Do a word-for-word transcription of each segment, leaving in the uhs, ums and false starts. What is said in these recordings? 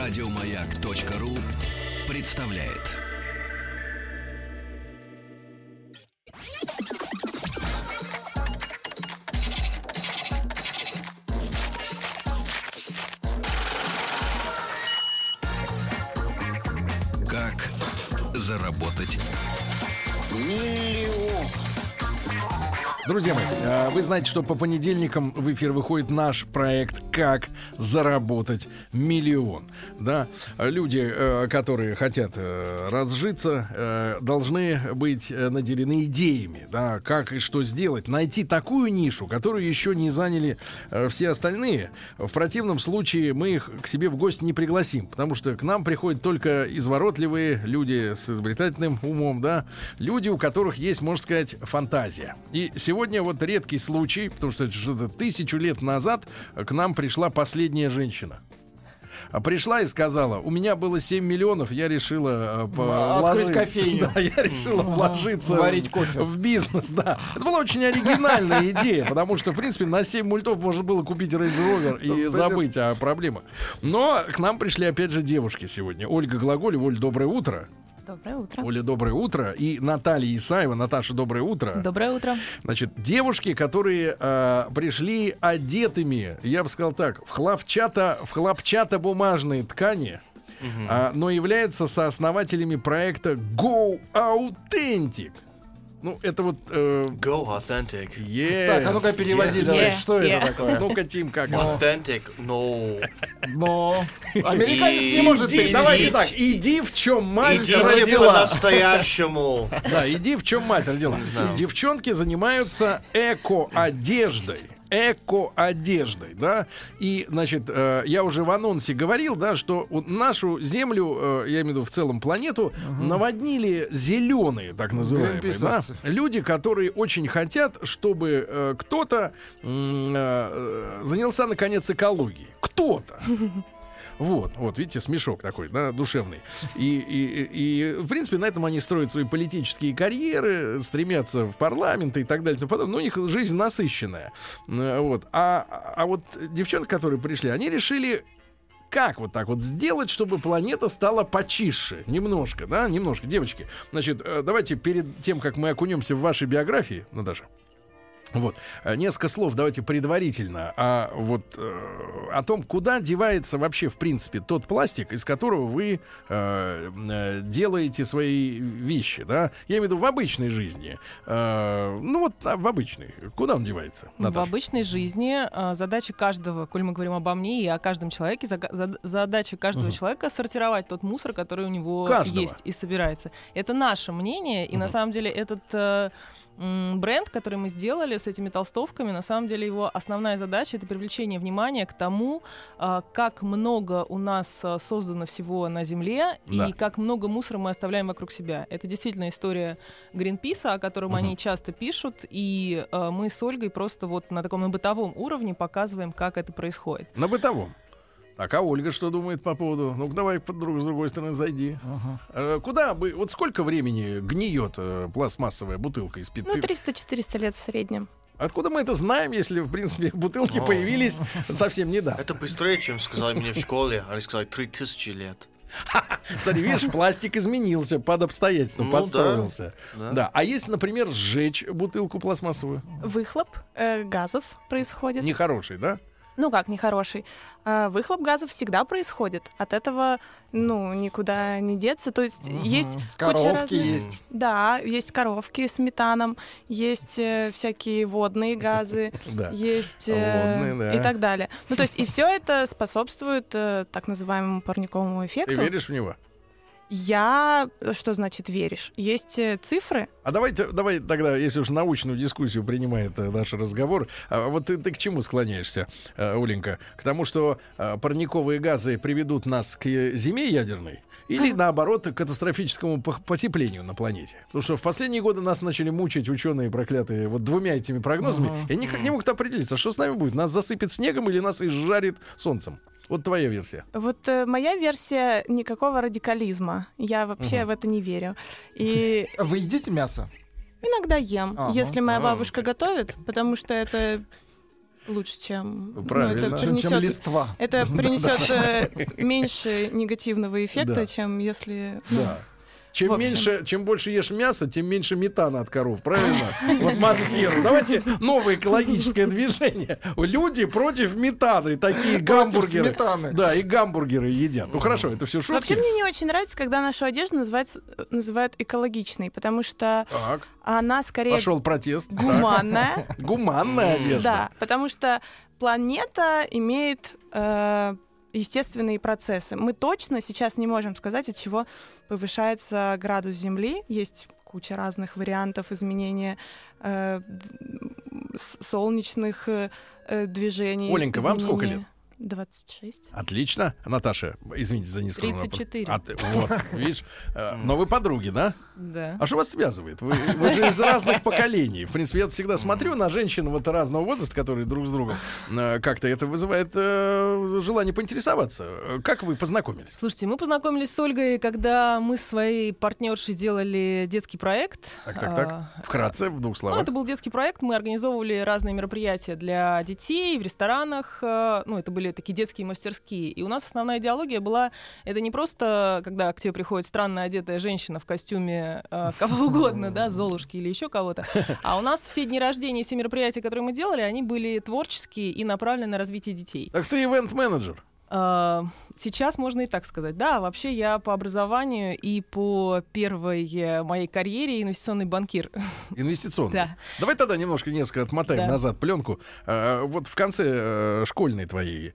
Радиомаяк.ру представляет. Как заработать миллион? Друзья мои, вы знаете, что по понедельникам в эфир выходит наш проект «Как заработать миллион». Да? Люди, которые хотят разжиться, должны быть наделены идеями, да, как и что сделать. Найти такую нишу, которую еще не заняли все остальные. В противном случае мы их к себе в гости не пригласим, потому что к нам приходят только изворотливые люди с изобретательным умом, да, люди, у которых есть, можно сказать, фантазия. И сегодня вот редкий случай, потому что это что-то тысячу лет назад к нам пришла последняя женщина. А пришла и сказала: у меня было семь миллионов, я решила а, открыть вложить... кофейню. Да, я решила вложиться варить кофе. В бизнес, да. Это была очень оригинальная идея, потому что, в принципе, на семь мультов можно было купить Range Rover и забыть о проблемах. Но к нам пришли опять же девушки сегодня. Ольга Глаголева. Оль, доброе утро. Доброе утро. Оля, доброе утро. И Наталья Исаева. Наташа, доброе утро. Доброе утро. Значит, девушки, которые э, пришли одетыми, я бы сказал так, в хлопчато, в хлопчатобумажные ткани, угу. э, но являются сооснователями проекта Go Authentic. Ну, это вот... Э... Go Authentic. Yes. Так, а ну-ка переводи, yeah. давай, yeah. что yeah. это такое? Ну-ка, Тим, как это? Authentic, no. Но американец И- не может Иди, перевести. давайте так, иди в чем мать Идите родила. по-настоящему. Да, иди в чем мать родила. знаю. Девчонки занимаются эко-одеждой. Эко-одеждой, да, и, значит, э, я уже в анонсе говорил, да, что вот нашу Землю, э, я имею в виду в целом планету, uh-huh. наводнили зеленые, так называемые, да, люди, которые очень хотят, чтобы э, кто-то э, э, занялся, наконец, экологией. Кто-то. Вот, вот, видите, смешок такой, да, душевный. И, и, и, в принципе, на этом они строят свои политические карьеры, стремятся в парламент и так далее. И тому но у них жизнь насыщенная. Вот. А, а вот девчонки, которые пришли, они решили, как вот так вот сделать, чтобы планета стала почище. Немножко, да, немножко. Девочки, значит, давайте перед тем, как мы окунемся в ваши биографии, Наташа, вот, несколько слов давайте предварительно а вот э, о том, куда девается вообще, в принципе, тот пластик, из которого вы э, э, делаете свои вещи, да? Я имею в виду в обычной жизни. Э, ну вот а в обычной. Куда он девается, Наташа? В обычной жизни э, задача каждого, коль мы говорим обо мне и о каждом человеке, за, за, задача каждого uh-huh. человека сортировать тот мусор, который у него каждого. Есть и собирается. Это наше мнение, и uh-huh. на самом деле этот... Э, бренд, который мы сделали с этими толстовками, на самом деле его основная задача — это привлечение внимания к тому, как много у нас создано всего на Земле, да. и как много мусора мы оставляем вокруг себя. Это действительно история Гринписа, о котором uh-huh. они часто пишут, и мы с Ольгой просто вот на таком на бытовом уровне показываем, как это происходит. На бытовом. Так, а Ольга что думает по поводу? Ну, давай под друг, с другой стороны зайди. Ага. А, куда бы, вот сколько времени гниет э, пластмассовая бутылка из-под Ну, триста-четыреста лет в среднем. Откуда мы это знаем, если, в принципе, бутылки О. появились совсем недавно? Это быстрее, чем сказали мне в школе. Они сказали три тысячи лет. Смотри, видишь, пластик изменился под обстоятельством, ну, подстроился. Да, да. да. А если, например, сжечь бутылку пластмассовую? Выхлоп э, газов происходит. Нехороший, да? Ну как нехороший? А, выхлоп газов всегда происходит. От этого, ну, никуда не деться. То есть угу. есть коровки куча разных... есть. Да, есть коровки с метаном, есть э, всякие водные газы, есть э, и так далее. Ну то есть и все это способствует э, так называемому парниковому эффекту. Ты веришь в него? Я... Что значит веришь? Есть э, цифры. А давайте, давай тогда, если уж научную дискуссию принимает э, наш разговор, а вот ты, ты к чему склоняешься, э, Оленька? К тому, что э, парниковые газы приведут нас к зиме ядерной? Или, наоборот, к катастрофическому потеплению на планете? Потому что в последние годы нас начали мучить ученые проклятые вот двумя этими прогнозами, uh-huh. и они никак не могут определиться, что с нами будет. Нас засыпет снегом или нас изжарит солнцем? Вот твоя версия. Вот э, моя версия — никакого радикализма. Я вообще uh-huh. в это не верю. И... Вы едите мясо? Иногда ем, ага. если моя бабушка готовит, потому что это... лучше, чем... Правильно. Ну, это принесет, чем листва. Это принесет меньше негативного эффекта, да. чем если... Ну, да. Чем меньше, чем больше ешь мяса, тем меньше метана от коров, правильно? В атмосферу. Давайте новое экологическое движение. Люди против метана, и такие гамбургеры. Да, и гамбургеры едят. Ну хорошо, это все шутки. Вообще мне не очень нравится, когда нашу одежду называют, называют экологичной, потому что так. она скорее... Пошел протест. Гуманная. Гуманная одежда. Да, потому что планета имеет... Э, естественные процессы. Мы точно сейчас не можем сказать, от чего повышается градус Земли. Есть куча разных вариантов изменения э, солнечных э, движений. Оленька, изменения... вам сколько лет? двадцать шесть. Отлично. Наташа, извините за нескромный тридцать четыре. А ты, вот, видишь, э, но вы подруги, да? Да. А что вас связывает? Вы, вы же из разных поколений. В принципе, я всегда смотрю на женщин вот разного возраста, которые друг с другом э, как-то это вызывает э, желание поинтересоваться. Как вы познакомились? Слушайте, мы познакомились с Ольгой, когда мы с своей партнершей делали детский проект. Так, так, так. Вкратце, в двух словах. Ну, это был детский проект. Мы организовывали разные мероприятия для детей в ресторанах. Ну, это были такие детские мастерские. И у нас основная идеология была, это не просто, когда к тебе приходит странно одетая женщина в костюме э, кого угодно, да, Золушки или еще кого-то, а у нас все дни рождения, все мероприятия, которые мы делали, они были творческие и направлены на развитие детей. Так ты ивент-менеджер. Сейчас можно и так сказать. Да, вообще я по образованию и по первой моей карьере инвестиционный банкир. Инвестиционный? Да. Давай тогда немножко несколько отмотаем да. назад пленку. Вот в конце школьной твоей,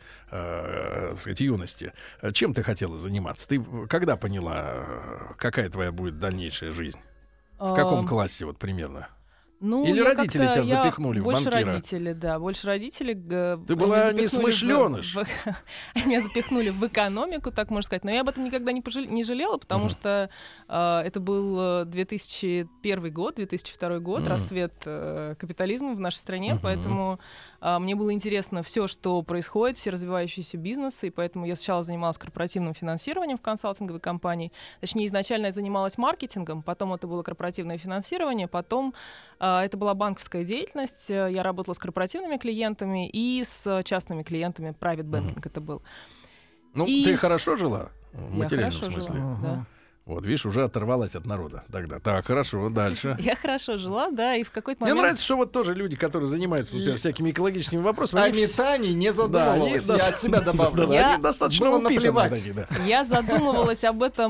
так сказать, юности, чем ты хотела заниматься? Ты когда поняла, какая твоя будет дальнейшая жизнь? В каком классе вот примерно? Ну, или родители тебя я запихнули в больше банкира? Больше родители, да, больше родители. Ты была несмышленыш. В... Меня запихнули в экономику, так можно сказать. Но я об этом никогда не, пожале... не жалела, потому uh-huh. что э, это был две тысячи первый год, две тысячи второй год, uh-huh. рассвет э, капитализма в нашей стране, uh-huh. поэтому э, мне было интересно все, что происходит, все развивающиеся бизнесы, и поэтому я сначала занималась корпоративным финансированием в консалтинговой компании. Точнее, изначально я занималась маркетингом, потом это было корпоративное финансирование, потом это была банковская деятельность. Я работала с корпоративными клиентами и с частными клиентами. Private banking mm-hmm. это был. Ну, и... ты хорошо жила? В материальном Я хорошо смысле? жила, uh-huh. да. Вот, видишь, уже оторвалась от народа тогда. Так, хорошо, дальше. Я хорошо жила, да, и в какой-то момент... Мне нравится, что вот тоже люди, которые занимаются, например, всякими экологическими вопросами... О метании не задумывалась, да, я от себя добавлю. Я... Они достаточно упитанные такие, да. Я задумывалась об этом,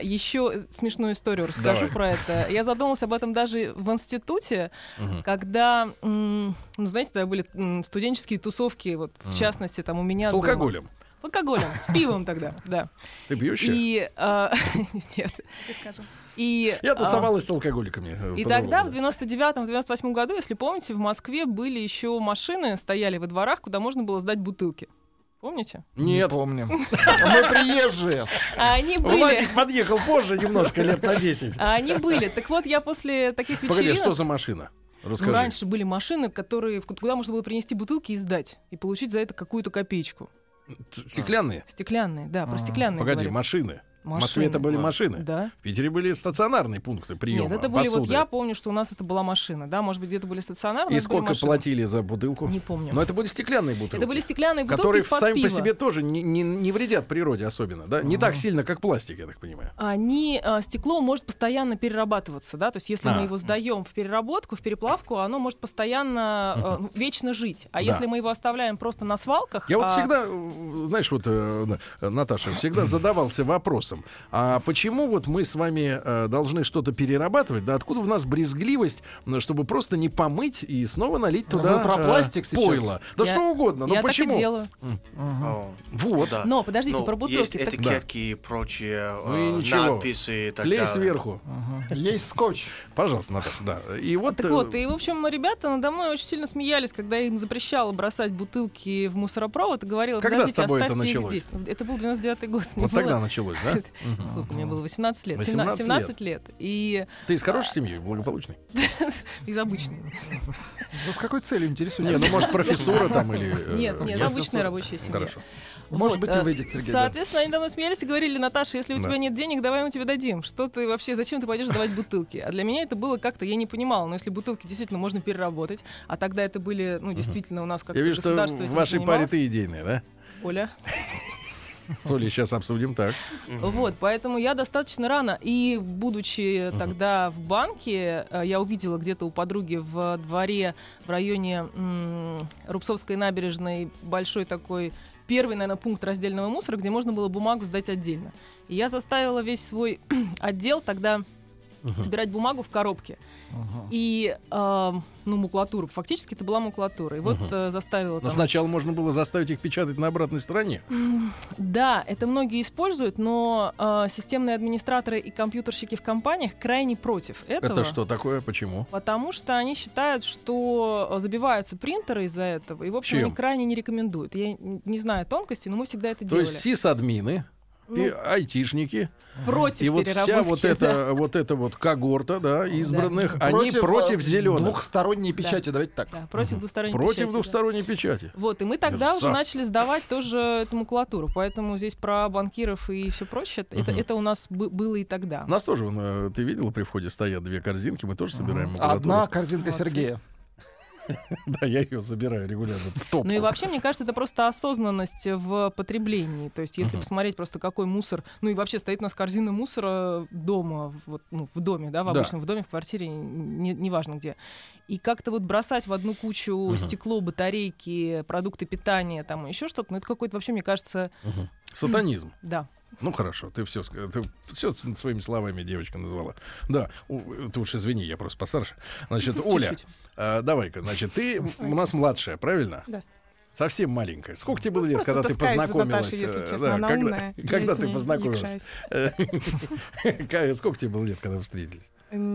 еще смешную историю расскажу Давай. Про это. Я задумалась об этом даже в институте, угу. когда, ну, знаете, тогда были студенческие тусовки, вот, в частности, там у меня... С алкоголем. С алкоголем, с пивом тогда, да. Ты пьющая? И, а, нет. Ты скажи. И, Я тусовалась а, с алкоголиками. И тогда, в девяносто девятом — девяносто восьмом году, если помните, в Москве были еще машины, стояли во дворах, куда можно было сдать бутылки. Помните? Нет. Не помним. Мы приезжие. А они были. Владик подъехал позже немножко, лет на десять. А они были. Так вот, я после таких вечеринок... Погоди, что за машина? Расскажи. Ну, раньше были машины, которые, куда можно было принести бутылки и сдать. И получить за это какую-то копеечку. Стеклянные? Стеклянные, да, про стеклянные. Погоди, говорю. машины. Машины. В Москве это были машины? Да. В Питере были стационарные пункты приема. Нет, это были, посуды. Вот я помню, что у нас это была машина, да, может быть, где-то были стационарные. И сколько платили за бутылку? Не помню. Но это были стеклянные бутылки. Это были стеклянные бутылки, которые из-под сами пива. по себе тоже не, не, не вредят природе особенно, да? Не uh-huh. так сильно, как пластик, я так понимаю. Они, а, стекло может постоянно перерабатываться, да, то есть если а. мы его сдаем в переработку, в переплавку, оно может постоянно, uh-huh. а, вечно жить. А да. если мы его оставляем просто на свалках... Я а... вот всегда, знаешь, вот, Наташа, всегда задавался вопросом, а почему вот мы с вами э, должны что-то перерабатывать, да, откуда в нас брезгливость, чтобы просто не помыть и снова налить туда Вы про пластик э, пойло. Да я, что угодно, но я почему? Так и делаю. Uh-huh. Вот. Да. Но подождите, Но про бутылки. Есть так... этикетки и прочие ну, и э, надписи и так Клей далее. сверху. Uh-huh. Есть скотч. Пожалуйста, Наташа, да. И вот, так вот, и, в общем, ребята надо мной очень сильно смеялись, когда я им запрещала бросать бутылки в мусоропровод и говорила, когда с тобой это оставьте началось? их здесь. Это был девяносто девятый год. Вот тогда началось, да? Сколько мне было? восемнадцать лет. семнадцать лет. И... Ты из хорошей семьи, благополучной? Из обычной. Ну, с какой целью интересуется? Не, ну, может, профессора там или... Нет, нет, обычная рабочая семья. Хорошо. Может быть, и выйдет, Сергей. Соответственно, они давно смеялись и говорили: Наташа, если у тебя нет денег, давай мы тебе дадим. Что ты вообще, зачем ты пойдешь давать бутылки? А для меня это было как-то, я не понимала. Но если бутылки действительно можно переработать, а тогда это были, ну, действительно, у нас как-то государство этим в вашей паре ты идейная, да? Оля. С Олей сейчас обсудим, так. Вот, поэтому я достаточно рано, и будучи тогда в банке, я увидела где-то у подруги в дворе в районе м- Рубцовской набережной большой такой первый, наверное, пункт раздельного мусора, где можно было бумагу сдать отдельно. И я заставила весь свой отдел тогда uh-huh. собирать бумагу в коробке. Uh-huh. И, э, ну, макулатуру. Фактически это была макулатура. И вот uh-huh. э, заставила... Но там... сначала можно было заставить их печатать на обратной стороне. Да, это многие используют, но э, системные администраторы и компьютерщики в компаниях крайне против этого. Это что такое? Почему? Потому что они считают, что забиваются принтеры из-за этого. И, в общем, Чем? они крайне не рекомендуют. Я не знаю тонкостей, но мы всегда это То делали. То есть сисадмины... И ну, айтишники. Против и вот вся вот эта, да. вот эта вот когорта, да, избранных, да. они против, против зеленых. Двухсторонней печати, да. давайте так. Да, против угу. двухсторонней против печати. Против двухсторонней да. печати. Вот, и мы тогда Мерзавцы. уже начали сдавать тоже эту макулатуру. Поэтому здесь про банкиров и все прочее, угу. это, это у нас б- было и тогда. У нас тоже, вон, ты видела, при входе стоят две корзинки, мы тоже собираем угу. макулатуру. Одна корзинка Молодцы. Сергея. Да, я ее забираю регулярно в топ. Ну и вообще, мне кажется, это просто осознанность в потреблении. То есть, если uh-huh. посмотреть просто какой мусор, ну и вообще стоит у нас корзина мусора дома, вот, ну, в доме, да, в обычном да. в доме, в квартире, не, неважно где. И как-то вот бросать в одну кучу uh-huh. стекло, батарейки, продукты питания, там еще что-то, ну это какой-то вообще, мне кажется... Uh-huh. Сатанизм. Да. Ну хорошо, ты все, ты все своими словами девочка назвала. Да, ты уж извини, я просто постарше. Значит, Оля, э, давай-ка, значит, ты у нас младшая, правильно? Да. Совсем маленькая. Сколько тебе было лет, просто когда ты познакомилась? Наташей, если честно, да, она когда, умная, когда ты познакомилась? Сколько тебе было лет, когда вы встретились?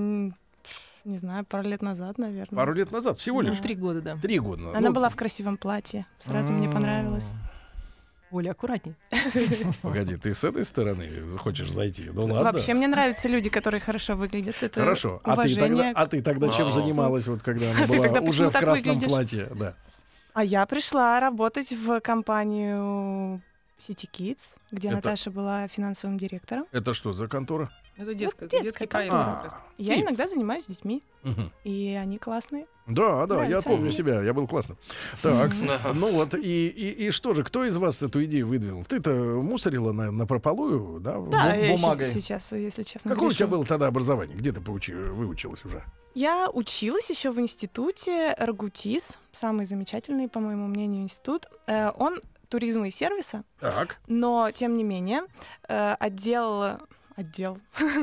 Не знаю, пару лет назад, наверное. Пару лет назад, всего лишь? Три года, да. Три года. Она была в красивом платье, сразу мне понравилось. Оля, аккуратней. Погоди, ты с этой стороны хочешь зайти? Ну ладно. Вообще мне нравятся люди, которые хорошо выглядят. Это хорошо. А ты тогда, а ты тогда чем занималась, вот когда она была уже в красном платье? Да. А я пришла работать в компанию City Kids, где это... Наташа была финансовым директором. Это что за контора? Это детская, вот детский проект. А, я kids. иногда занимаюсь с детьми, угу. и они классные. Да, да, Нравится я помню они. себя, я был классным. Так, ну вот, и, и, и что же, кто из вас эту идею выдвинул? Ты-то мусорила на, на прополую, да, да бумагой? Я сейчас, если честно, Какое грешу. у тебя было тогда образование? Где ты поучи, выучилась уже? Я училась еще в институте РГУТИС, самый замечательный, по моему мнению, институт. Э, он туризма и сервиса, так. но, тем не менее, э, отдел... отдел,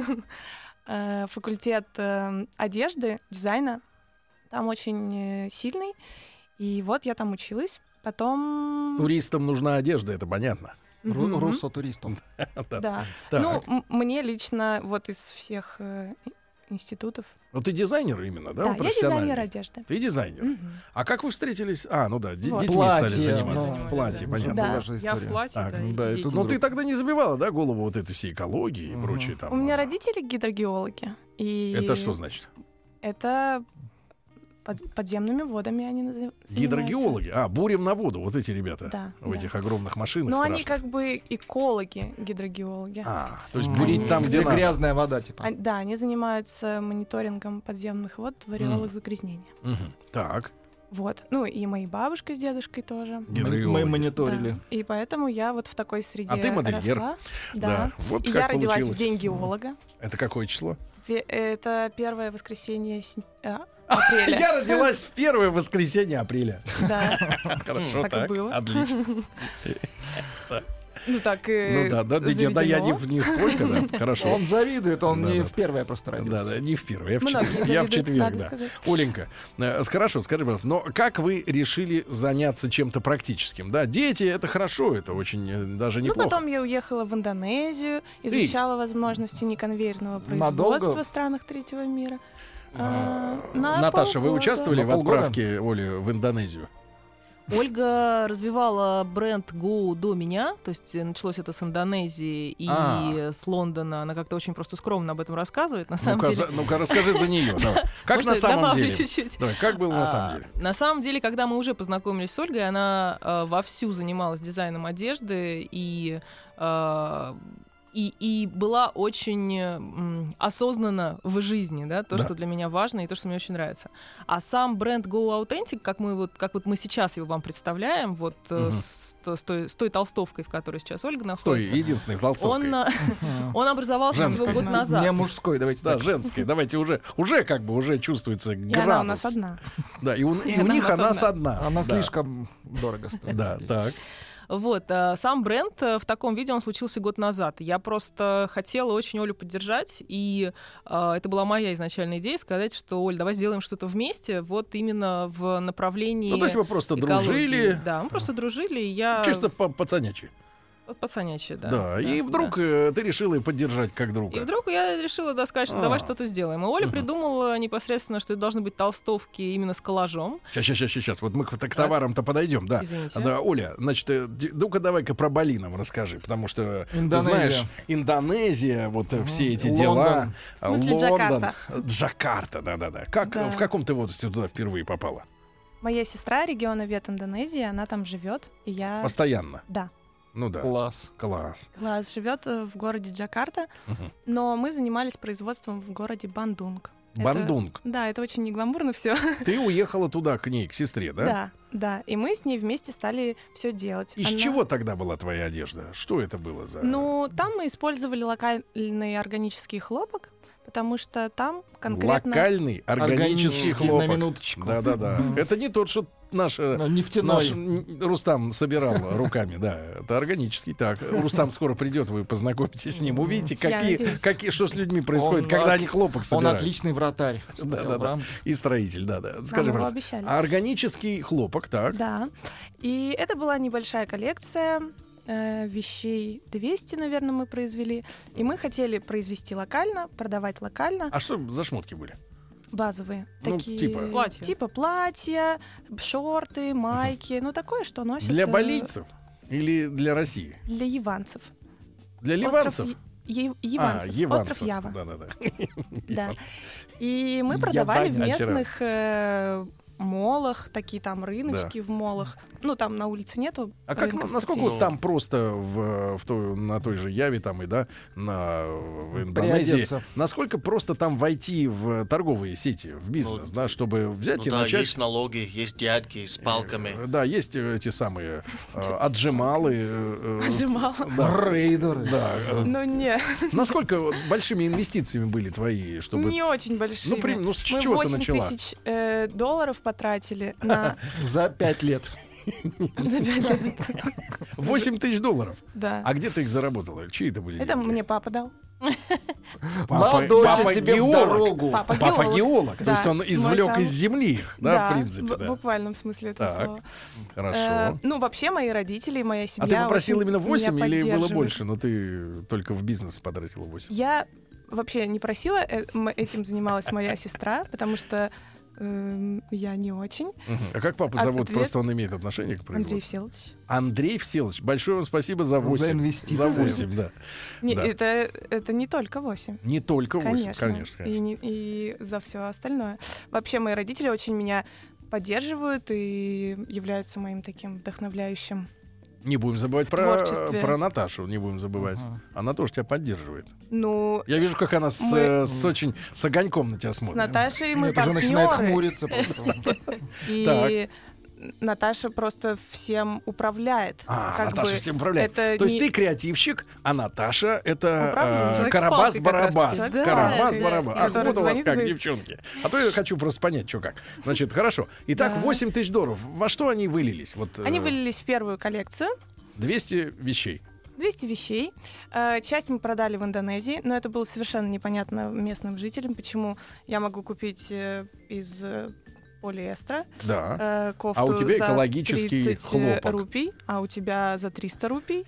факультет одежды, дизайна, там очень сильный, и вот я там училась, потом... Туристам нужна одежда, это понятно. Mm-hmm. Руссо-туристам. Да, ну, мне лично вот из всех институтов. Ну, ты дизайнер именно, да? Да, я дизайнер одежды. Ты дизайнер. Угу. А как вы встретились? А, ну да, вот. детьми платье, стали заниматься. Ну, в платье, да. понятно. Да. Я в платье, так, да, да и Ну, ты тогда не забивала, да, голову вот этой всей экологии и прочее там? У меня родители гидрогеологи. И... Это что значит? Это... Под, подземными водами они занимаются. Гидрогеологи? А, бурим на воду, вот эти ребята. Да, в да. этих огромных машинах. Но страшных. они как бы экологи, гидрогеологи. А, то есть бурить там, где, где грязная вода, типа. А, да, они занимаются мониторингом подземных вод в ареалах mm. загрязнения. Mm-hmm. Так. Вот. Ну и мои бабушка с дедушкой тоже. Мы, мы мониторили. Да. И поэтому я вот в такой среде а ты модельер. росла. Да. Да. Вот и как я родилась получилось. в день геолога. Это какое число? Это первое воскресенье с... а, апреля. Я родилась в первое воскресенье апреля. Да. Хорошо, так и было. Отлично. Ну так Ну да, да, да, да, я не нисколько, да, хорошо. Он завидует, он да, не да. в первое просто родился. Да, да, не в первое, я в, Многие четверг, я в четверг, да. сказать. Оленька, э, хорошо, скажи, пожалуйста, но как вы решили заняться чем-то практическим? Да, дети, это хорошо, это очень э, даже неплохо. Ну, потом я уехала в Индонезию, изучала Ты? возможности неконвейерного производства Надолго? в странах третьего мира. А, А, на Наташа, вы полгода. участвовали На в отправке Оли в Индонезию? Ольга развивала бренд Go до меня, то есть началось это с Индонезии и А-а-а. с Лондона. Она как-то очень просто скромно об этом рассказывает. На самом ну-ка, деле... за, ну-ка расскажи за нее. Как на самом деле? Чуть-чуть. Давай, как было на самом деле? На самом деле, когда мы уже познакомились с Ольгой, она э, вовсю занималась дизайном одежды и э, И, и была очень м, осознанна в жизни, да, то, да. что для меня важно и то, что мне очень нравится. А сам бренд Go Authentic, как мы вот, как вот мы сейчас его вам представляем, вот угу. с, с, той, с той толстовкой, в которой сейчас Ольга находится. С той единственной толстовкой. Он, он образовался женской. всего год назад. Не мужской, давайте да, так. женской. Давайте уже, уже как бы уже чувствуется градус. И она у нас одна. Да, и у, и у них она одна. Она да. слишком дорого стоит. Да, так. Вот, а сам бренд в таком виде он случился год назад. Я просто хотела очень Олю поддержать, и а, это была моя изначальная идея сказать, что, Оль, давай сделаем что-то вместе, вот именно в направлении. Ну, то есть вы просто экологии. дружили. Да, мы просто дружили, и я. Чисто по-пацанячи. Пацанячи, да. Да, да и вдруг да. ты решила поддержать как друга. И вдруг я решила да, сказать, что А-а-а. давай что-то сделаем. И Оля угу. придумала непосредственно, что это должны быть толстовки именно с коллажом. Сейчас, сейчас, сейчас, сейчас. Вот мы к, к товарам-то подойдем, да. Извините. Да, Оля, значит, ну-ка давай-ка про Бали нам расскажи, потому что, Индонезия. Ты знаешь, Индонезия, вот угу. все эти Лондон. дела. В смысле, Лондон, Джакарта. Джакарта, да-да-да. Как, да. В каком ты возрасте туда впервые попала? Моя сестра, региона Вет, Индонезии, она там живет, и я... Постоянно? Да. Ну да. Класс. Класс. Класс. Живет в городе Джакарта, угу. но мы занимались производством в городе Бандунг. Бандунг. Это, да, это очень негламурно все. Ты уехала туда к ней, к сестре, да? Да, да. И мы с ней вместе стали все делать. Из Она... чего тогда была твоя одежда? Что это было за? Ну, там мы использовали локальный органический хлопок, потому что там конкретно... Локальный органический хлопок. На минуточку. Да-да-да. Это не тот, что наш, нефтяной. наш Рустам собирал руками, да. Это органический. Так, Рустам скоро придет, вы познакомитесь с ним. Увидите, какие, какие, что с людьми происходит, он когда от... они хлопок собирают. Он отличный вратарь. Да-да-да. И строитель, да-да. Скажи, пожалуйста. А органический хлопок, так? Да. И это была небольшая коллекция. Вещей двести, наверное, мы произвели. И мы хотели произвести локально, продавать локально. А что за шмотки были? Базовые. Ну, такие, типа? Платья. Типа платья, шорты, майки. Ну, такое, что носят... Для балийцев или для России? Для яванцев. Для ливанцев? Остров Е- Яванцев. А, Яванцев. Остров Ява. Да-да-да. Да. И мы продавали в местных... молах, такие там рыночки да. в молах. Ну, там на улице нету. А как, насколько вот там просто в, в той, на той же Яве там и да, на, в Индонезии, насколько просто там войти в торговые сети, в бизнес, ну, да, чтобы взять ну, и да, начать... есть налоги, есть дядки с палками. Э, да, есть эти самые э, отжималы. Э, Отжималы. Да, рейдеры. Да. Ну, не. Насколько большими инвестициями были твои, чтобы... Не очень большими. Ну, при... ну с Мы чего ты начала? восемь тысяч э, долларов потратили на... За пять лет. восемь тысяч долларов? Да. А где ты их заработала? Чьи это были? Это мне папа дал. Папа, папа тебе в дорогу. Папа, папа геолог. Да, то есть он извлек сам... из земли их, да, да, в принципе. В да. буквальном смысле этого так, слова. Хорошо. Э, ну, вообще, мои родители, моя семья. А ты попросил именно восемь или было поддерживают. больше? Но ты только в бизнес потратила восемь. Я вообще не просила, этим занималась моя сестра, потому что я не очень. Uh-huh. А как папу Ответ... зовут? Просто он имеет отношение к производству. Андрей Всеволодович. Андрей Всеволодович. Большое вам спасибо за восемь. За инвестиции. За восемь, да. Не, да. Это, это не только восемь. Не только восемь, конечно. конечно. конечно. И, не, и за все остальное. Вообще, мои родители очень меня поддерживают и являются моим таким вдохновляющим. Не будем забывать про, про Наташу, не будем забывать. Uh-huh. Она тоже тебя поддерживает. Ну, я вижу, как она с, мы... с очень с огоньком на тебя смотрит. Наташа и мы Нет, уже начинает хмуриться просто. И Наташа просто всем управляет. А, как Наташа бы всем управляет. То не... есть ты креативщик, а Наташа это э, Карабас-Барабас. Да, Карабас-Барабас. Да, а вот у вас как, говорит... девчонки. А то я хочу просто понять, что как. Значит, хорошо. Итак, да. восемь тысяч долларов. Во что они вылились? Вот, они э... вылились в первую коллекцию. двести вещей. двести вещей. Часть мы продали в Индонезии, но это было совершенно непонятно местным жителям, почему я могу купить из полиэстера да. кофту а у тебя экологический за тридцать хлопок. рупий, а у тебя за триста рупий.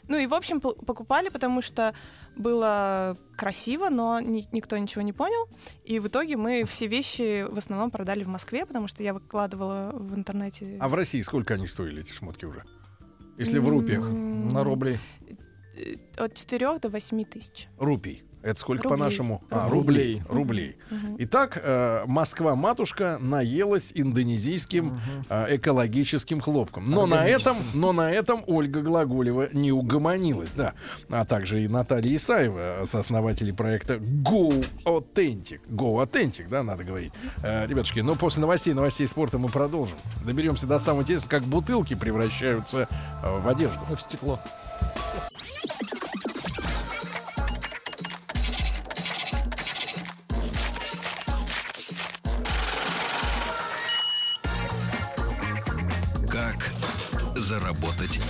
Ну и, в общем, покупали, потому что было красиво, но ни- никто ничего не понял. И в итоге мы все вещи в основном продали в Москве, потому что я выкладывала в интернете. А в России сколько они стоили, эти шмотки уже? Если в рупиях? На рубли. От четырёх до восьми тысяч. Рупий. Это сколько рублей. по-нашему? А, рублей. Рублей. Угу. Итак, э, Москва-матушка наелась индонезийским Угу. э, экологическим хлопком. Но на, этом, но на этом Ольга Глаголева не угомонилась. Да. А также и Наталья Исаева, сооснователи проекта Go Authentic. Go Authentic, да, надо говорить. Э, ребятушки, но после новостей, новостей спорта мы продолжим. Доберемся до самого интересного, как бутылки превращаются э, в одежду. В стекло. Заработать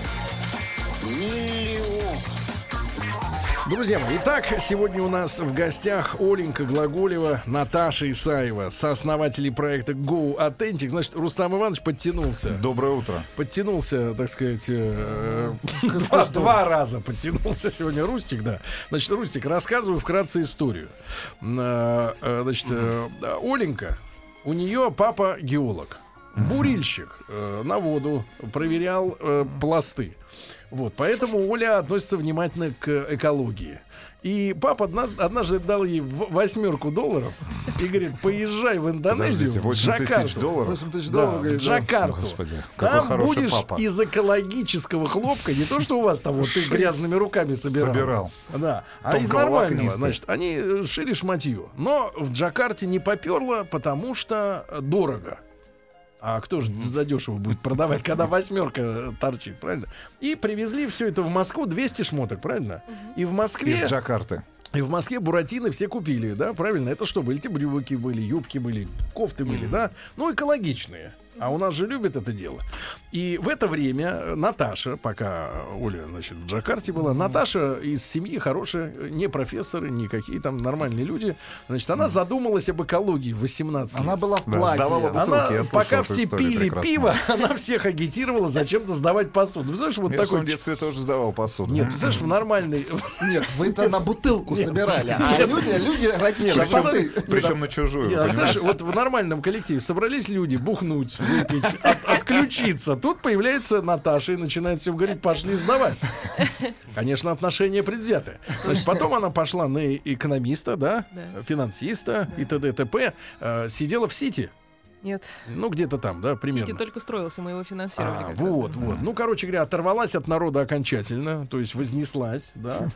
Друзья мои, итак, сегодня у нас в гостях Оленька Глаголева, Наташа Исаева, сооснователи проекта Go Authentic. Значит, Рустам Иванович подтянулся. Доброе утро. Подтянулся, так сказать, э, два, два раза подтянулся сегодня Рустик, да. Значит, Рустик, рассказываю вкратце историю. Э, э, Значит, э, Оленька, у нее папа геолог. Бурильщик э, на воду проверял э, пласты. Вот, поэтому Оля относится внимательно к экологии. И папа одна, однажды дал ей восьмерку долларов и говорит: поезжай в Индонезию, в Джакарту. долларов. восемь тысяч Да, долларов, в Джакарту. Господи, какой Там хороший будешь папа. из экологического хлопка, не то, что у вас там вот ты грязными руками собирал. Собирал. Да, а Тонкого из нормального. волокнистый. Значит, они шили шматью. Но в Джакарте не поперло, потому что дорого. А кто же задешево будет продавать, когда восьмерка торчит, правильно? И привезли все это в Москву, двести шмоток, правильно? И в Москве... Из Джакарты. И в Москве буратино все купили, да, правильно? Это что были? Эти брюки были, юбки были, кофты были, да? Ну, экологичные. А у нас же любят это дело. И в это время Наташа, пока Оля, значит, в Джакарте была, Наташа из семьи хорошая, не профессоры, никакие там нормальные люди. Значит, она задумалась об экологии в восемнадцать лет. Она была в Да, платье. сдавала бутылки. Она, Я слышал пока эту все историю пили прекрасно. пиво, она всех агитировала зачем-то сдавать посуду. Знаешь, вот Я в такой... своем детстве тоже сдавал посуду. Нет, знаешь, в нормальный... Нет, вы-то на бутылку собирали, а люди, люди раки. Нет, шматы. Причем на чужую, Нет, вы знаешь, понимаете? вот в нормальном коллективе собрались люди бухнуть, выпить, от- отключиться. Тут появляется Наташа и начинает всем говорить: пошли сдавать. Конечно, отношения предвзятые. Значит, потом она пошла на экономиста, да, Да. финансиста и т.д. и т.п. Э, Сидела в Сити. Нет, Ну, где-то там, да, примерно. Кити только строился, мы его финансировали. А, как раз. вот, вот. Ну, короче говоря, оторвалась от народа окончательно, то есть вознеслась, да.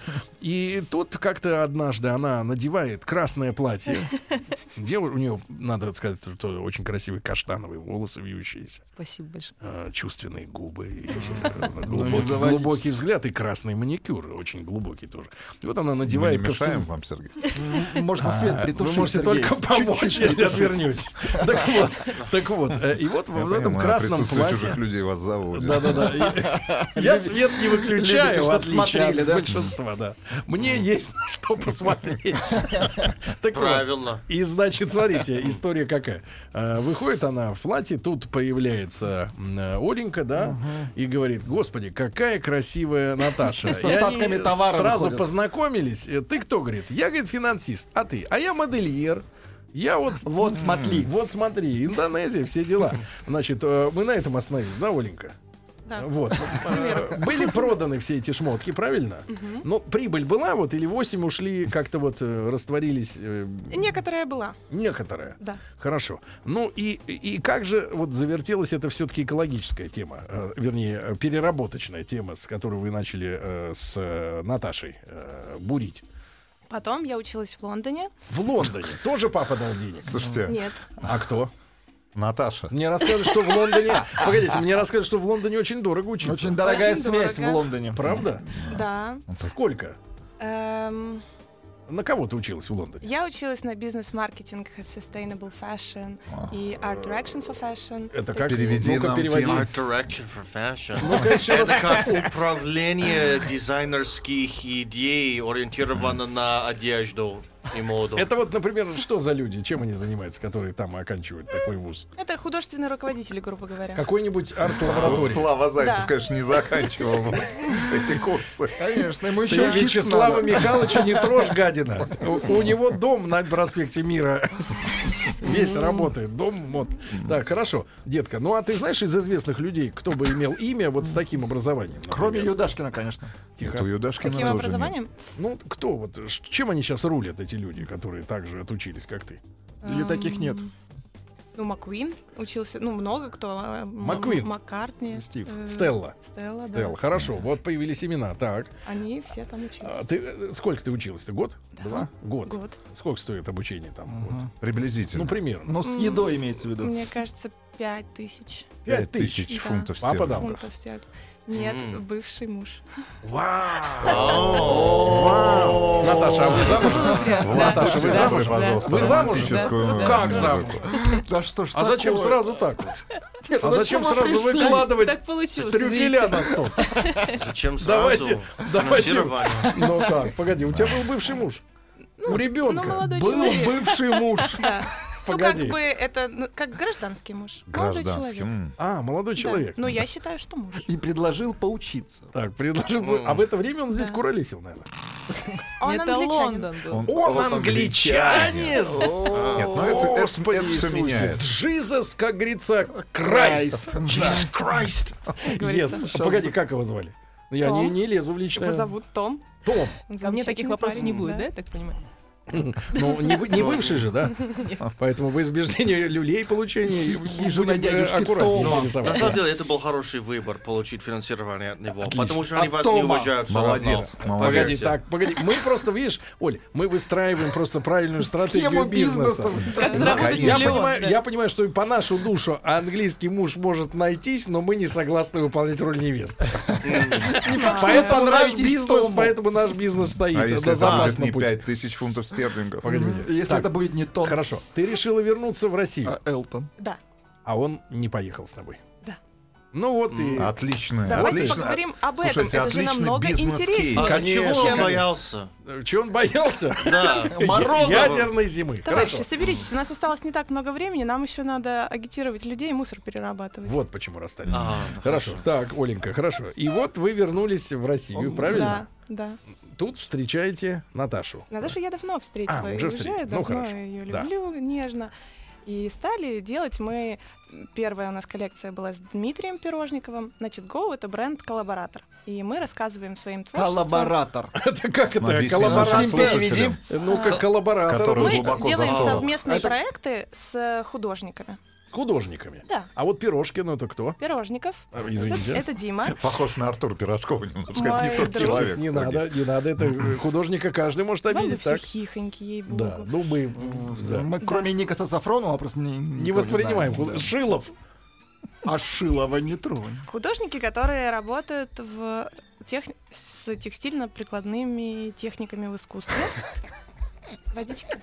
И тут как-то однажды она надевает красное платье. Где у нее, надо сказать, что очень красивые каштановые волосы вьющиеся, Спасибо большое. э, чувственные губы, и, э, не глубокий, заводитесь. глубокий взгляд и красный маникюр, очень глубокий тоже. И вот она Мы не надевает ко мешаем всему- вам, Сергей? Можно свет а, притушить, Вы можете Сергей. только помочь, Чуть-чуть если притушить. отвернетесь. Так вот, так вот. э, И вот Я в этом понимаю, красном присутствие платье... чужих людей вас заводит. Да-да-да. Я свет не выключаю, Любите, в чтоб отличие смотрели, от да? большинства, да. Мне есть на что посмотреть. Так вот. Правильно. И, значит, смотрите, история какая. А, Выходит она в платье, тут появляется м, Оленька, да, и говорит: господи, какая красивая Наташа. С И они остатками товара сразу выходят. познакомились. Э, Ты кто, говорит? Я, говорит, финансист. А ты? А я модельер. Я вот... Вот смотри. Вот смотри, Индонезия, все дела. Значит, э, мы на этом остановились, да, Оленька? Да. Вот. Э, Были проданы все эти шмотки, правильно? Но прибыль была вот или восемь ушли, как-то вот э, растворились? э, Некоторая была, Некоторая. да. Хорошо. Ну и, и как же вот завертелась это все-таки экологическая тема, э, вернее, э, переработочная тема, с которой вы начали э, с э, Наташей э, бурить? Потом я училась в Лондоне. В Лондоне тоже папа дал денег? Слушайте, Нет. А кто? Наташа. Мне рассказывают, что в Лондоне... Погодите, мне рассказывают, что в Лондоне очень дорого учиться. Очень дорогая Очень связь дорого. в Лондоне. Правда? Да. Сколько? Эм, На кого ты училась в Лондоне? я училась на бизнес-маркетинг, sustainable fashion и art direction for fashion. Это Так- как? Переведи Ну-ка, нам, переводи. Тима. Art direction for fashion. Ну-ка, еще раз. Это как управление дизайнерских идей, ориентировано на одежду. и моду. Это вот, например, что за люди, чем они занимаются, которые там оканчивают такой вуз? Это художественные руководители, грубо говоря. Какой-нибудь арт-лаборатория. Слава Зайцев, Да. конечно, не заканчивал вот эти курсы. Конечно, ему Ты еще учиться Вячеслава надо. Михайловича не трожь, гадина. У, у него дом на проспекте Мира. Весь работает. Дом мод. Так, хорошо. Детка, ну а ты знаешь из известных людей, кто бы имел имя вот с таким образованием? например? Кроме Юдашкина, конечно. Тихо. Это у Юдашкина Каким тоже образованием? Ну, кто вот, ш- чем они сейчас рулят, эти люди, которые так же отучились, как ты? Или таких нет? Ну, Маккуин учился, ну, много кто. а, М- Маккуин. Маккартни. Стив. э, Стелла. Стелла, Стелла. да. Хорошо, вот появились имена. Так. Они все там учились. А ты э, сколько ты училась? Ты год? Да. Два? Год. Год. Сколько стоит обучение там? Вот. Мгм. Ну, Приблизительно. примерно. Ну, с едой имеется в виду. Мне кажется, пять тысяч Пять Пять тысяч. тысяч Да. фунтов Папа стерлингов. дал. фунтов стерлингов. Нет, М. бывший муж. Вау! Наташа, а вы замужем? Влад, Наташа, вы добавь, замужем? пожалуйста, Вы замужем? романтическую Да. Как музыку. замужем? Да что ж А зачем такое? сразу так вот? Нет, А зачем вы сразу пришли? выкладывать Так получилось. трюфеля извините. на стол? Зачем сразу Давайте, давайте. финансирование? Ну так, погоди, у тебя был бывший муж? У Ну, ребенка. молодой Был человек. бывший муж. Да. Ну, Погоди. как бы это ну, как гражданский муж. Молодой Гражданский. человек. М. А, молодой Да. человек. Ну, я считаю, что муж. И предложил поучиться. Так, предложил бы. А в это время он здесь Да. куролесил, наверное. Он Это англичанин. Лондон был. Он, Он вот англичанин! Нет, ну это, это, Господи это все Иисусе. меняет. Джизус, как говорится, Крайст. Jesus Christ! говорится. Yes. Погоди, как его звали? Я Том. не, не лезу в личное. Его зовут Том. Том. Он А мне замечательный таких вопросов парень, не будет, да, я так понимаю? Ну, не, вы- не бывший же, да? Поэтому в избеждение люлей получения и Хижина будем, э, дядюшки аккуратнее Тома. нарисовать. На самом деле это был хороший выбор получить финансирование от него, Отлично. потому что они От вас Тома. не уважают. всё Молодец, равно. молодец. Погоди, так, погоди. Мы просто, видишь, Оль, мы выстраиваем просто правильную стратегию Схему бизнеса. бизнеса. Как Ну, заработать конечно. Я миллион, понимаю, да. я понимаю, что и по нашу душу английский муж может найтись, но мы не согласны выполнять роль невесты. Поэтому наш понравитесь бизнес, Тому. поэтому наш бизнес стоит А на если это будет запасном не пути. пять тысяч фунтов стерлингов? Погоди, погоди. Если Так, это будет не то, Хорошо. Ты решила вернуться в Россию, а Элтон. Да. а он не поехал с тобой. Да. Ну вот и... Отлично, Давайте отлично. поговорим об этом. Слушайте, Это же отличный намного бизнес-кейс. интереснее. А Конечно, чего он конечно. боялся? Чего он боялся? Да. Морозов. Ядерной зимы. Товарищи, Хорошо. соберитесь, у нас осталось не так много времени, нам еще надо агитировать людей и мусор перерабатывать. Вот почему расстались. А, Хорошо. Так, Оленька, хорошо. И вот вы вернулись в Россию, Он- правильно? Да, да. Тут встречаете Наташу. Наташу я давно встретила. А, и уже встретили. Ну, давно хорошо. ее Да. люблю нежно. И стали делать мы... Первая у нас коллекция была с Дмитрием Пирожниковым. Значит, Go — это бренд «Коллаборатор». И мы рассказываем своим творчеством... Коллаборатор. Это как Ну, это? объясни нашим Коллаборация? слушателям. Ну, как коллаборатор. Который Мы глубоко делаем засован. совместные Это- проекты с художниками. С художниками. Да. А вот Пирожкин, это кто? Пирожников. А, извините. Это, это Дима. Похож на Артура Пирожкова немножко. Мой Это не тот друг. человек. Не Сергей. надо, не надо. Это э, художника каждый может Вам бы обидеть, все так? хихоньки, ей-богу. Да, ну мы да, Мы, кроме Никаса Сафронова, просто не, не воспринимаем. знаем, да. Шилов. А Шилова не тронь. Художники, которые работают в тех... с текстильно-прикладными техниками в искусстве. Водички.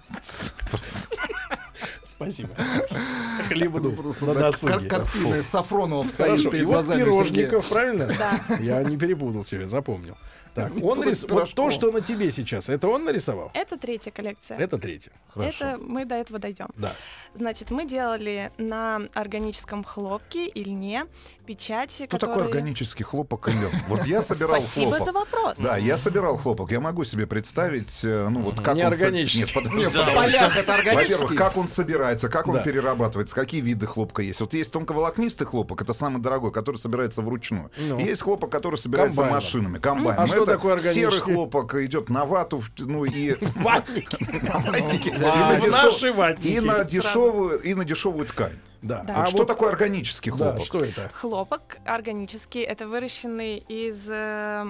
Спасибо. Хлебну Просто на да, досуге. кар- картины Сафронова встают Хорошо, и перед вот глазами Пирожников, правильно? Да. Я не перепутал все, я запомнил. Так, он Кто-то рис... с вот то, Пирожковым. что на тебе сейчас, это он нарисовал? Это третья коллекция. Это третье. Хорошо. Это мы до этого дойдем. Да. Значит, мы делали на органическом хлопке и льне печати, Кто которые... такой органический хлопок и лен? Вот я собирал Спасибо хлопок. за вопрос. Да, я собирал хлопок. Я могу себе представить, э, ну вот как он... со- Неорганический. Нет, подожди. Нет, Да, в полях это Во-первых, органический. как он собирается, как он Да. перерабатывается, какие виды хлопка есть. Вот есть тонковолокнистый хлопок, это самый дорогой, который собирается вручную. Ну. И есть хлопок, который собирается Комбайном. машинами, комбайном. А что это такое органический? серый хлопок идет на вату, в- ну и Ватники. на ватники, и В на дешев- наши ватники. и на дешевую и на дешевую ткань. Да. Да. Вот А что вот- такое органический Да, хлопок? что это? Хлопок органический, это выращенный из... э,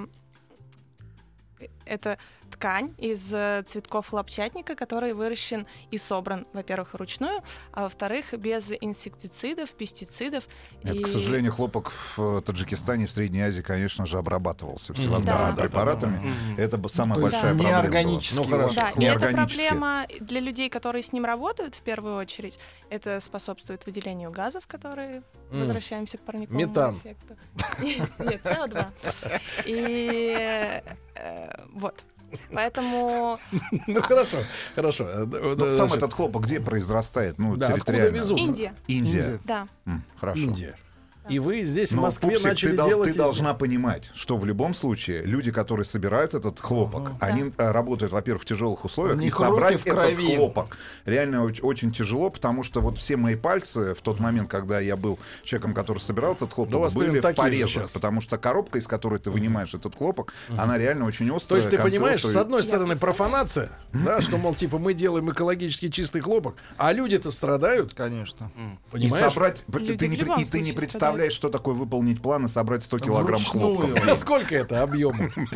Это ткань из э, цветков хлопчатника, который выращен и собран, во-первых, вручную, а во-вторых, без инсектицидов, пестицидов. Это, И- к сожалению, хлопок в Таджикистане, в Средней Азии, конечно же, обрабатывался всевозможными Да. препаратами. Мгм. Это бы самая То есть большая не проблема была. органический. Ну, хорошо. Да, и это Неорганические. проблема для людей, которые с ним работают, в первую очередь. Это способствует выделению газов, которые... М. Возвращаемся к парниковому Метан. эффекту. Нет, С О два. И э, вот. Поэтому... Ну, хорошо, хорошо. Но сам этот хлопок где произрастает? Ну, территориально. Индия. Индия? Да. Хорошо. Индия. И вы здесь, Но, в Москве, Пупсик, начали ты, делать... Ты из... должна понимать, что в любом случае люди, которые собирают этот хлопок, ага. они да. работают, во-первых, в тяжелых условиях, и собрать этот хлопок реально очень, очень тяжело, потому что вот все мои пальцы в тот момент, когда я был человеком, который собирал этот хлопок, да были в порезах, потому что коробка, из которой ты вынимаешь этот хлопок, uh-huh. она реально очень острая. То есть ты понимаешь, острая... с одной стороны, профанация, да, что, мол, типа, мы делаем экологически чистый хлопок, а люди-то страдают. Конечно. Понимаешь? И собрать... Ты не, и ты не представляешь, что такое выполнить план и собрать сто килограмм хлопка. Сколько это объема? Он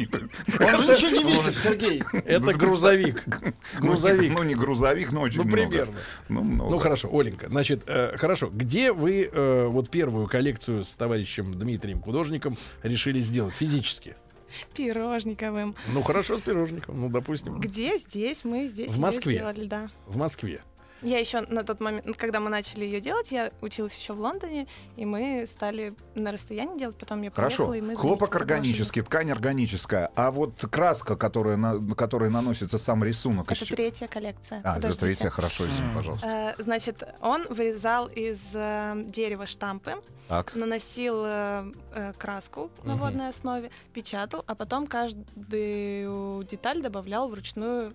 же ничего не весит, Сергей. Это грузовик. Грузовик. Ну, не грузовик, но очень много. Ну, примерно. Ну, хорошо, Оленька. Значит, хорошо. Где вы вот первую коллекцию с товарищем Дмитрием художником решили сделать физически? Пирожниковым. Ну, хорошо, с пирожником. Ну, допустим. Где? Здесь. Мы здесь в Москве сделали, да. В Москве. Я еще на тот момент, когда мы начали ее делать, я училась еще в Лондоне, и мы стали на расстоянии делать, потом я приехала, Хорошо. и мы Хлопок органический, ткань органическая, а вот краска, которая, на, которой наносится сам рисунок. Это еще... третья коллекция. А, это третья, хорошо, извини, пожалуйста. Э, значит, он вырезал из э, дерева штампы, так. наносил э, э, краску на угу. водной основе, печатал, а потом каждую деталь добавлял вручную.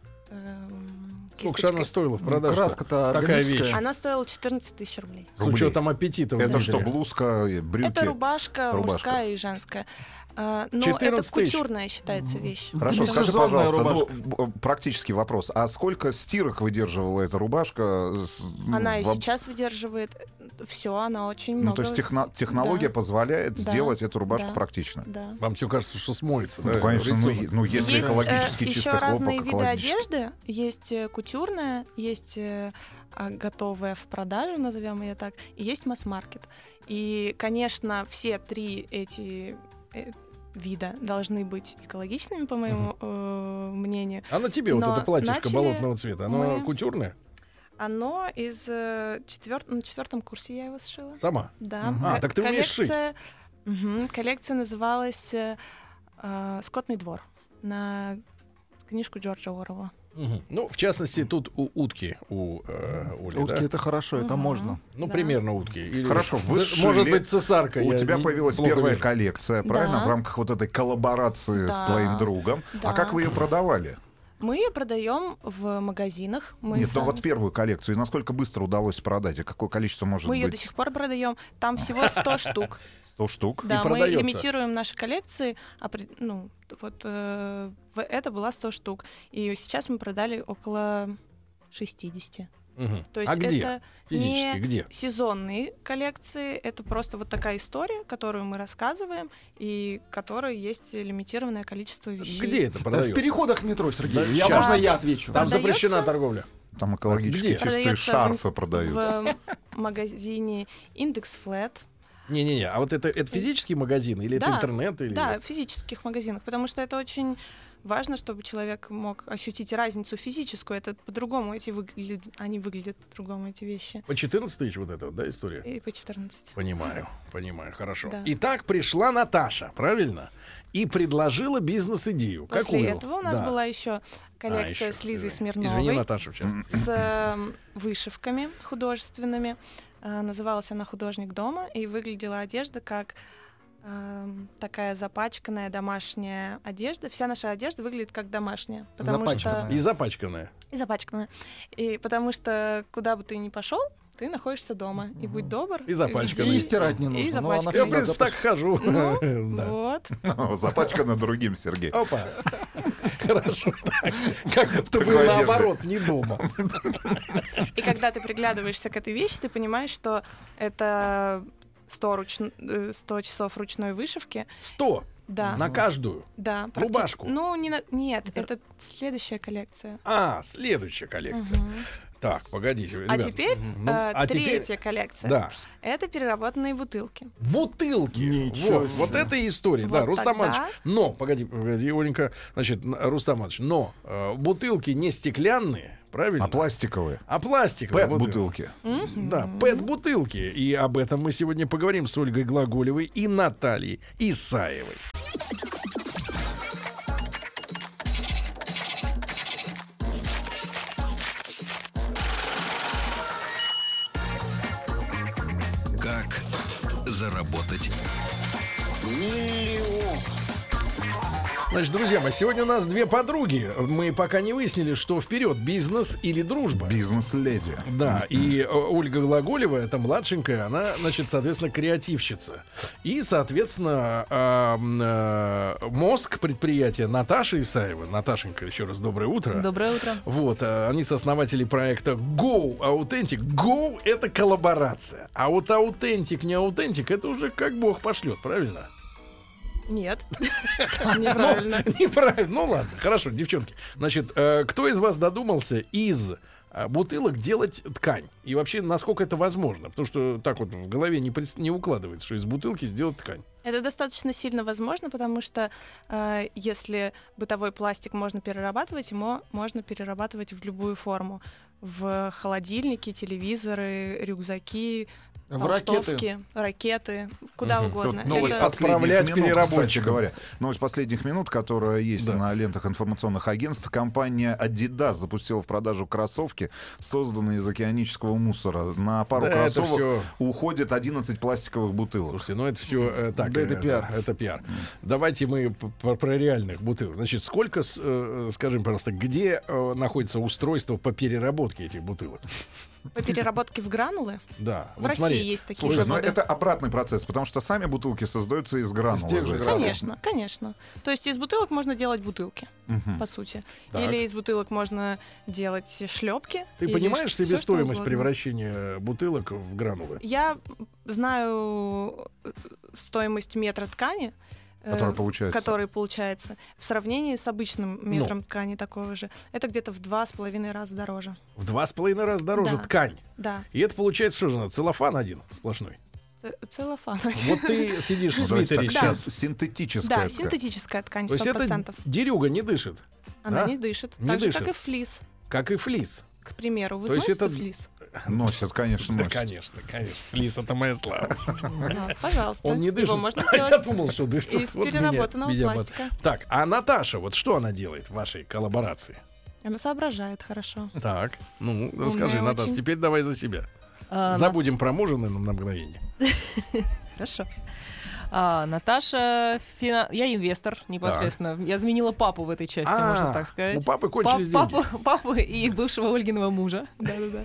Сколько она стоила в продаже? Краска-то такая вещь. Она стоила четырнадцать тысяч рублей. С учетом аппетита. Это что, блузка, брюки? Это рубашка, рубашка. мужская и женская. Но это кутюрная считается вещь. Хорошо, скажи, пожалуйста, ну, практический вопрос. А сколько стирок выдерживала эта рубашка? Она и сейчас выдерживает. Все, она очень много. Ну, то есть техно- технология да. позволяет да. сделать эту рубашку да. практично. Да. Вам все кажется, что смоется, ну, да? Конечно, ну, ну если есть, экологически э, чистый хлопок, разные виды экологически. одежды. Есть кутюрная, есть э, готовая в продажу, назовем ее так, и есть масс-маркет. И, конечно, все три эти э, вида должны быть экологичными, по моему э, мнению. А на тебе Но вот это платьишко начали... болотного цвета, оно мы... кутюрное? Оно из э, четвер... на четвертом курсе я его сшила. Сама? Да. Угу. А, К- так ты умеешь шить. Угу. Коллекция называлась э, «Скотный двор» на книжку Джорджа Оруэлла. Угу. Ну, в частности, тут у утки у э, Оли, утки да? Это хорошо, угу. это можно. Ну, да. примерно утки. Или хорошо, вы ц... Может быть, цесарка. У тебя не... появилась первая вижу. коллекция, правильно? Да. В рамках вот этой коллаборации да. с твоим другом. Да. А как вы ее продавали? Мы ее продаем в магазинах. Мы Нет, сами... ну вот первую коллекцию. И насколько быстро удалось продать? И какое количество может мы быть? Мы ее до сих пор продаем. Там всего сто штук. сто штук? Да, и мы продается. лимитируем наши коллекции. Ну, вот э, это было сто штук. И сейчас мы продали около шестьдесят. Угу. То есть а где? это Физически не где? сезонные коллекции, это просто вот такая история, которую мы рассказываем, и которой есть лимитированное количество вещей. Где это продается? В переходах метро, Сергей. Да, я, можно я отвечу? Там Продается? запрещена торговля. Там экологически Где? чистые Продается шарфы в, продаются. В магазине Index Flat. Не-не-не, а вот это, это физический магазин или да, это интернет? Или... Да, в физических магазинах, потому что это очень важно, чтобы человек мог ощутить разницу физическую. Это по-другому, эти выглядят, они выглядят по-другому, эти вещи. По четырнадцать тысяч вот это, да, история? И по четырнадцать. Понимаю, понимаю, хорошо. Да. Итак, пришла Наташа, правильно? И предложила бизнес-идею. После Какую? этого у нас да. была еще коллекция а, еще, с Лизой извини. Смирновой. Извини, Наташа, сейчас. С э, вышивками художественными. Э, называлась она «Художник дома», и выглядела одежда как э, такая запачканная домашняя одежда. Вся наша одежда выглядит как домашняя. Потому запачканная. Что... И запачканная. И запачканная. И потому что куда бы ты ни пошел, ты находишься дома. И будь добр. И запачканный. И стирать не нужно. И запачканный. Я, в принципе, так хожу. Ну, да. вот. Запачкано другим, Сергей. Опа. Хорошо. Как будто вы наоборот, не дома. И когда ты приглядываешься к этой вещи, ты понимаешь, что это сто, руч... сто часов ручной вышивки. Сто? Да. На каждую? Да. Рубашку? Ну, не на... нет, это следующая коллекция. А, следующая коллекция. Угу. Так, погодите, ребят. А теперь ну, э, а третья теперь... коллекция. Да. Это переработанные бутылки. Бутылки. Вот, вот это и история, вот да, Рустам тогда... Иванович. Но, погоди, погоди, Оленька, значит, Рустам Иванович, но э, бутылки не стеклянные, правильно? А пластиковые? А пластиковые. Пэт-бутылки. Mm-hmm. Да, пэт-бутылки. И об этом мы сегодня поговорим с Ольгой Глаголевой и Натальей Исаевой. заработать миллион. Значит, друзья мои, сегодня у нас две подруги. Мы пока не выяснили, что вперед, бизнес или дружба. Бизнес-леди. Да, и Ольга Глаголева, это младшенькая, она, значит, соответственно, креативщица. И, соответственно, мозг предприятия Наташа Исаева. Наташенька, еще раз доброе утро. Доброе утро. Вот, они сооснователи проекта Go Authentic. Go — это коллаборация. А вот Authentic, не Authentic, это уже как Бог пошлет, правильно? Нет. Неправильно. Неправильно. Ну ладно, хорошо, девчонки. Значит, кто из вас додумался из бутылок делать ткань? И вообще, насколько это возможно? Потому что так вот в голове не, пред... не укладывается, что из бутылки сделать ткань. Это достаточно сильно возможно, потому что э, если бытовой пластик можно перерабатывать, его можно перерабатывать в любую форму. В холодильники, телевизоры, рюкзаки, в ракеты. ракеты, куда угу. угодно. Новость это... последних минут, кстати говоря. Новость последних минут, которая есть да. на лентах информационных агентств. Компания Adidas запустила в продажу кроссовки, созданные из океанического мусора. На пару да, кроссовок всё... уходит одиннадцать пластиковых бутылок. Слушайте, ну это все э, так. Да, это пиар. Это пиар. Mm. Давайте мы про, про реальных бутылок. Значит, сколько, э, скажем, пожалуйста, где э, находится устройство по переработке этих бутылок? По переработке в гранулы? Да. В вот России смотри. Есть такие Слушай, заводы. Но это обратный процесс, потому что сами бутылки создаются из гранул. Из из конечно, конечно. То есть из бутылок можно делать бутылки, угу. по сути. Так. Или из бутылок можно делать шлепки. Ты понимаешь себестоимость превращения бутылок в гранулы? Я знаю стоимость метра ткани, который получается. который получается в сравнении с обычным метром ну. ткани такого же. Это где-то в два с половиной раза дороже. В два с половиной раза дороже да. ткань? Да. И это получается что же? Целлофан один сплошной? Целлофан. Вот ты сидишь в свитере да. сейчас. Синтетическая да, ткань. синтетическая ткань, сто процентов. То есть это дерюга не дышит? Она да? не дышит. Не так дышит. же, как и флис. Как и флис. К примеру, вы То носите это... флис? Носят, конечно, носят. Да, конечно, конечно. Флис — это моя слабость. Пожалуйста. Он не дышит. Его можно Я сделать думал, что дышит. из переработанного пластика. Так, а Наташа, вот что она делает в вашей коллаборации? Она соображает хорошо. Так, ну, расскажи, Наташа, теперь давай за себя. Забудем про мужа на мгновение. Хорошо. А, Наташа, фина... я инвестор непосредственно. Так. Я заменила папу в этой части, а, можно так сказать. У папы кончились Пап- деньги. Папу, папу и бывшего Ольгиного мужа. Да-да-да.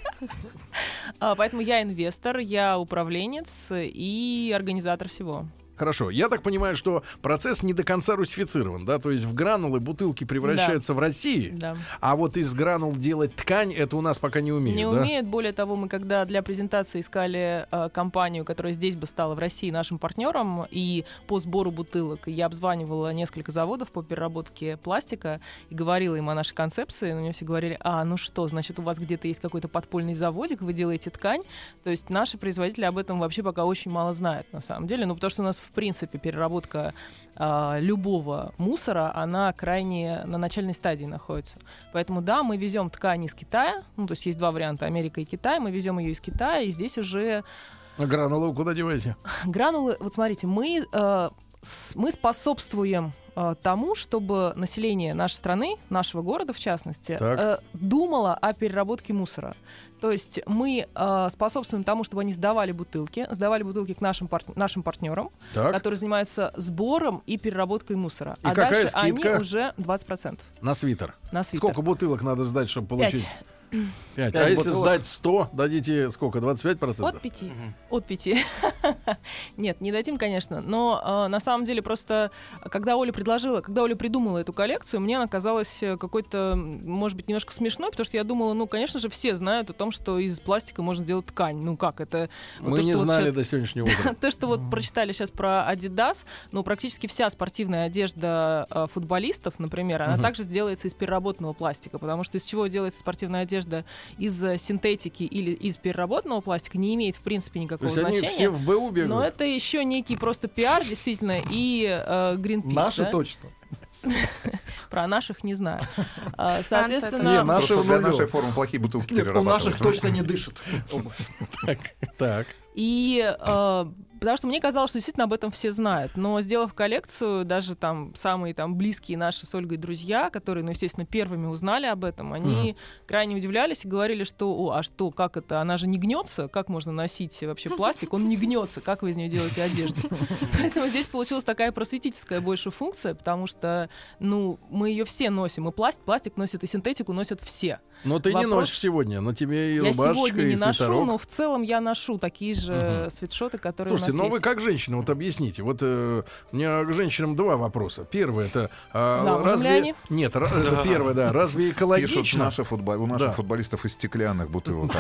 Поэтому я инвестор, я управленец и организатор всего. Хорошо. Я так понимаю, что процесс не до конца русифицирован, да? То есть в гранулы бутылки превращаются да. в России, да. а вот из гранул делать ткань, это у нас пока не умеют, Не да? умеют. Более того, мы когда для презентации искали э, компанию, которая здесь бы стала в России нашим партнером, и по сбору бутылок, я обзванивала несколько заводов по переработке пластика и говорила им о нашей концепции, но мне все говорили: а, ну что, значит, у вас где-то есть какой-то подпольный заводик, вы делаете ткань. То есть наши производители об этом вообще пока очень мало знают, на самом деле, ну потому что у нас в принципе переработка э, любого мусора, она крайне на начальной стадии находится. Поэтому да, мы везем ткань из Китая, ну то есть есть два варианта, Америка и Китай, мы везем ее из Китая, и здесь уже... А гранулы куда деваете? Гранулы, вот смотрите, мы, э, с, мы способствуем э, тому, чтобы население нашей страны, нашего города в частности, э, думало о переработке мусора. То есть мы э, способствуем тому, чтобы они сдавали бутылки, сдавали бутылки к нашим, пар- нашим партнерам, так. которые занимаются сбором и переработкой мусора. И а какая дальше скидка? Они уже двадцать процентов. На свитер? На свитер. Сколько бутылок надо сдать, чтобы получить? Пять. Пять. А если сдать сто, дадите сколько? двадцать пять процентов? От пяти. Угу. От пяти. Нет, не дадим, конечно. Но э, на самом деле просто, когда Оля предложила, когда Оля придумала эту коллекцию, мне она казалась какой-то, может быть, немножко смешной, потому что я думала, ну, конечно же, все знают о том, что из пластика можно сделать ткань. Ну как это? Мы то, не знали вот сейчас... до сегодняшнего утра. То, что вот прочитали сейчас про Adidas, ну, практически вся спортивная одежда э, футболистов, например, она также делается из переработанного пластика, потому что из чего делается спортивная одежда из синтетики или из переработанного пластика не имеет в принципе никакого То есть значения. Они все в БУ бегают. Но это еще некий просто пиар, действительно, и э, Greenpeace. Наши да? точно. Про наших не знаю. Соответственно... Не, наши, для нашей формы плохие бутылки перерабатывают. У наших точно не дышит. Так. И... Потому что мне казалось, что действительно об этом все знают. Но сделав коллекцию, даже там самые там близкие наши с Ольгой друзья, которые, ну, естественно, первыми узнали об этом, они mm-hmm. крайне удивлялись и говорили, что, о, а что, как это, она же не гнется, как можно носить вообще пластик, он не гнется, как вы из нее делаете одежду. Поэтому здесь получилась такая просветительская больше функция, потому что, ну, мы ее все носим, и пластик, пластик носит, и синтетику носят все. Но ты Вопрос... не носишь сегодня, на тебе и рубашечка, и свитерок. Я сегодня не ношу, но в целом я ношу такие же uh-huh. свитшоты, которые Слушайте, у нас ну есть. Вы как женщина, вот объясните. Вот э, у меня к женщинам два вопроса. Первый это э, разве... ли они? Нет, р... это первое, да. Разве экологично? Пишут наши футбол... у наших да. футболистов из стеклянных бутылок.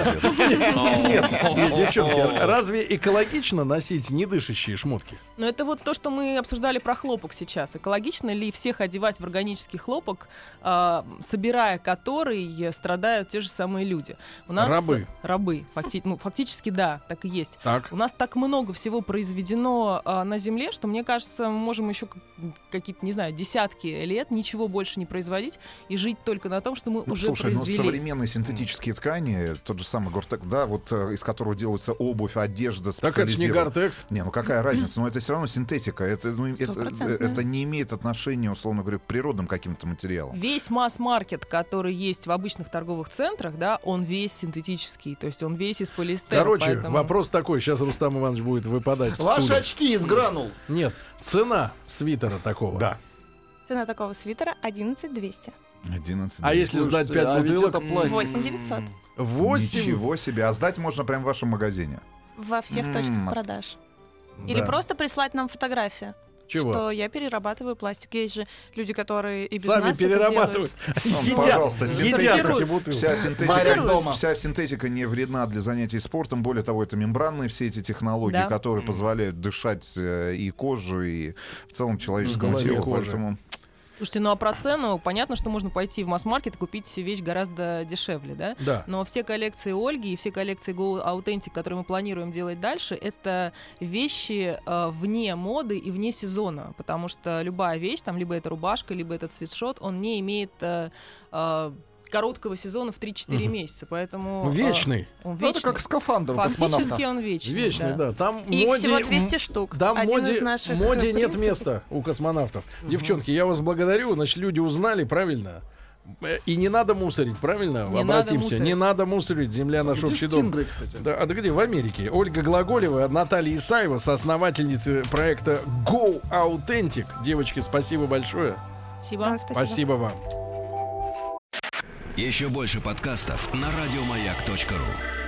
Нет, девчонки, разве экологично носить недышащие шмотки? Ну это вот то, что мы обсуждали про хлопок сейчас. Экологично ли всех одевать в органический хлопок, собирая который страдают те же самые люди? У нас рабы. Рабы. Факти... Ну, фактически, да, так и есть. Так. У нас так много всего произведено а, на Земле, что, мне кажется, мы можем еще какие-то, не знаю, десятки лет ничего больше не производить и жить только на том, что мы ну, уже слушай, произвели. Ну, современные синтетические ткани, тот же самый Гортекс, да, вот из которого делается обувь, одежда специализированная. Так это же не Гортекс. Не, ну какая разница? Но это все равно синтетика. Это, ну, это, это не имеет отношения, условно говоря, к природным каким-то материалам. Весь масс-маркет, который есть в обычных торговых центрах, да, он весь синтетический, то есть он весь из полиэстера. Короче, поэтому... вопрос такой, сейчас Рустам Иванович будет выпадать в Ваши стуле. очки из гранул. Нет, цена свитера такого. Да. Цена такого свитера одиннадцать двести. одиннадцать А если сдать пять а бутылок? восемь девятьсот. восемь Ничего себе. А сдать можно прямо в вашем магазине? Во всех М-м. точках продаж. Да. Или просто прислать нам фотографию. Чего? Что я перерабатываю пластик. Есть же люди, которые и без Сами нас перерабатывают. Едят. Едят. Вся синтетика, вся синтетика не вредна для занятий спортом. Более того, это мембранные все эти технологии, да. которые позволяют дышать и кожу, и в целом человеческому телу. Поэтому... Слушайте, ну а про цену, понятно, что можно пойти в масс-маркет и купить вещь гораздо дешевле, да? Да. Но все коллекции Ольги и все коллекции Go Authentic, которые мы планируем делать дальше, это вещи э, вне моды и вне сезона, потому что любая вещь, там либо это рубашка, либо этот свитшот, он не имеет... Э, э, короткого сезона в три-четыре угу. месяца, поэтому... Вечный. Э, он вечный. Ну, это как скафандр у Фактически космонавта. Он вечный. Вечный, да. да. Там их моде, всего двести штук. Там Один моде, из наших моде нет принципов. места у космонавтов. Угу. Девчонки, я вас благодарю. Значит, люди узнали, правильно? И не надо мусорить, правильно? Не Обратимся. Надо не надо мусорить. Земля наш общий дом. Стингрей, кстати. Да, а ты где? В Америке. Ольга Глаголева, Наталья Исаева, соосновательница проекта Go Authentic. Девочки, спасибо большое. Спасибо. Да, спасибо. Спасибо вам. Еще больше подкастов на радиомаяк точка ру.